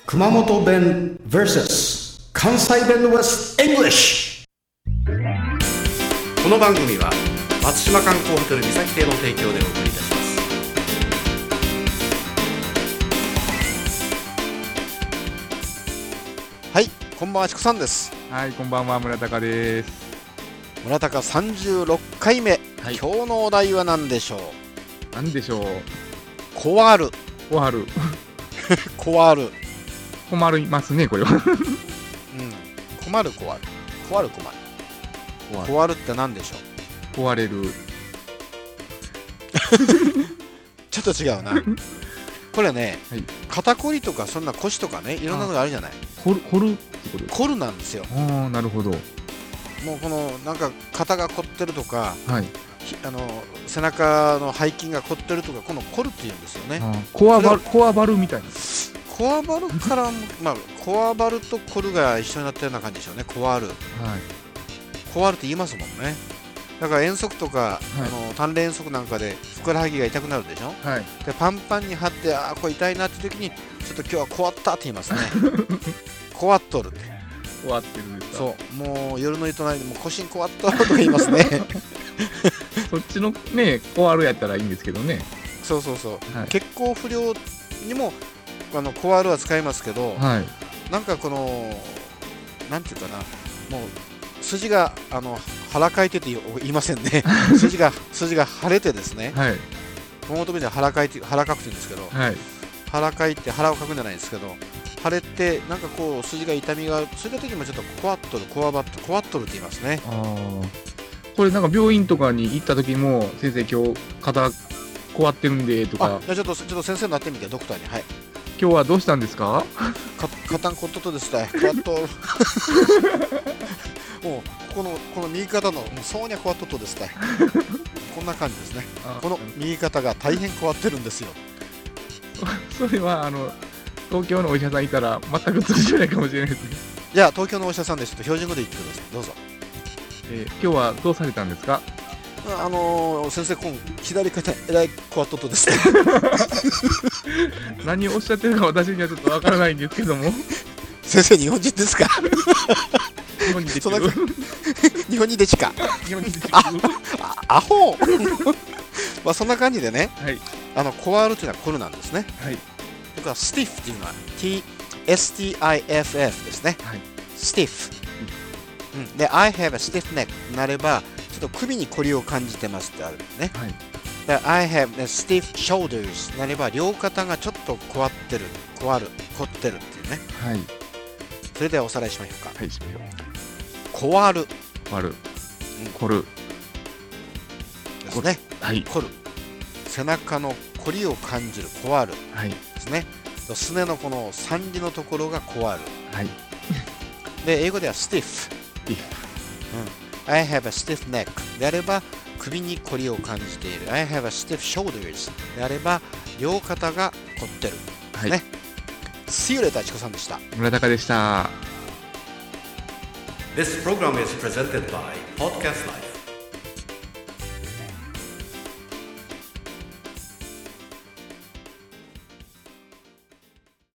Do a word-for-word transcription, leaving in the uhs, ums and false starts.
熊本弁 vs 関西弁 with English。 この番組は松島観光ホテル三崎邸の提供でお送りいたします。 はい、こんばんは、チコさんです。 はい、こんばんは、村高です。 村高さんじゅうろっかいめ、はい、今日のお題は何でしょう。 何でしょう。 コワル。 コワル。 コワル。 困りますね、これは。うん、 困るコワル。コワル困る。コワルって何でしょう。 壊れる。 ちょっと違うな。これね、はい、肩こりとかそんな腰とかね、いろんなのがあるじゃない。 凝る、凝るってことですか。 凝るなんですよ。 ああ、なるほど。 もうこのなんか肩が凝ってるとか、 はい、 あの背中の背筋が凝ってるとか、この凝るって言うんですよね。 コワバル、コワバルみたいな。 コワバルからまあコワバルとコルが一緒になったような感じでしょうね。コワル、はい、コワルって言いますもんね。だから遠足とか、はい、あの鍛錬遠足なんかでふくらはぎが痛くなるでしょ、はい、でパンパンに張って、ああこれ痛いなって時にちょっと今日はコワったって言いますね。コワっとるって。 コワってるんですか。 そう、もう夜の営みでもう腰にコワっとると言いますね。 そっちのねコワルやったらいいんですけどね。 そうそうそう、はい、血行不良にもあのコワルは使いますけど、はい、なんかこのなんていうかな、もう筋があの腹かいてて言いませんね。筋が筋が腫れてですね、はい、熊本弁では腹かいて腹かくって言うんですけど、はい、腹かいて腹をかくんじゃないんですけど、腫れてなんかこう筋が痛みがそういった時もちょっとコワっとるコワバットコワっとるって言いますね。 あ、これなんか病院とかに行った時も先生今日肩こわってるんでとか。 あ、じゃあちょっとちょっと先生になってみて、ドクターに。はい、 今日はどうしたんですか。 か肩んこっととですね、コワっともうこのこの右肩のもうそうにゃコワっととですね。こんな感じですね。この右肩が大変こわってるんですよ。 それはあの東京のお医者さんいたら全く通じないかもしれないですね。 じゃあ東京のお医者さんでちょっと標準語で言ってください。どうぞ。 えー、今日はどうされたんですか。 あのー、先生、今左肩えらいコワっととですね。 何をおっしゃってるか私にはちょっとわからないんですけども。 先生、日本人ですか。 日本にできる。 日本にでちか。 日本にできる。 あ、アホ。まあそんな感じでね、はい、あのコワルというのはコルなんですね。はい。それからスティフっていうのは T S T I F F ですね。はい。スティフ。うん。で I have a stiff neck なればちょっと首にコリを感じてますってあるんですね。はい。で I have a stiff shoulders なれば両肩がちょっとこわってる、こわる、凝ってるっていうね。はい。それではおさらいしましょうか。 はい、しましょう。 こわる。 こわる。こる。 ですね。 はい。 こる。背中のこりを感じるこわる。はい。ですね。すねのこの三里のところがこわる。はい。で英語では stiff。stiff。うん。I have a stiff neck であれば首にこりを感じている。I have a stiff shoulders であれば両肩が凝ってる。はい。ね。See you later、チコさんでした。 村高でした。 This program is presented by Podcast Life。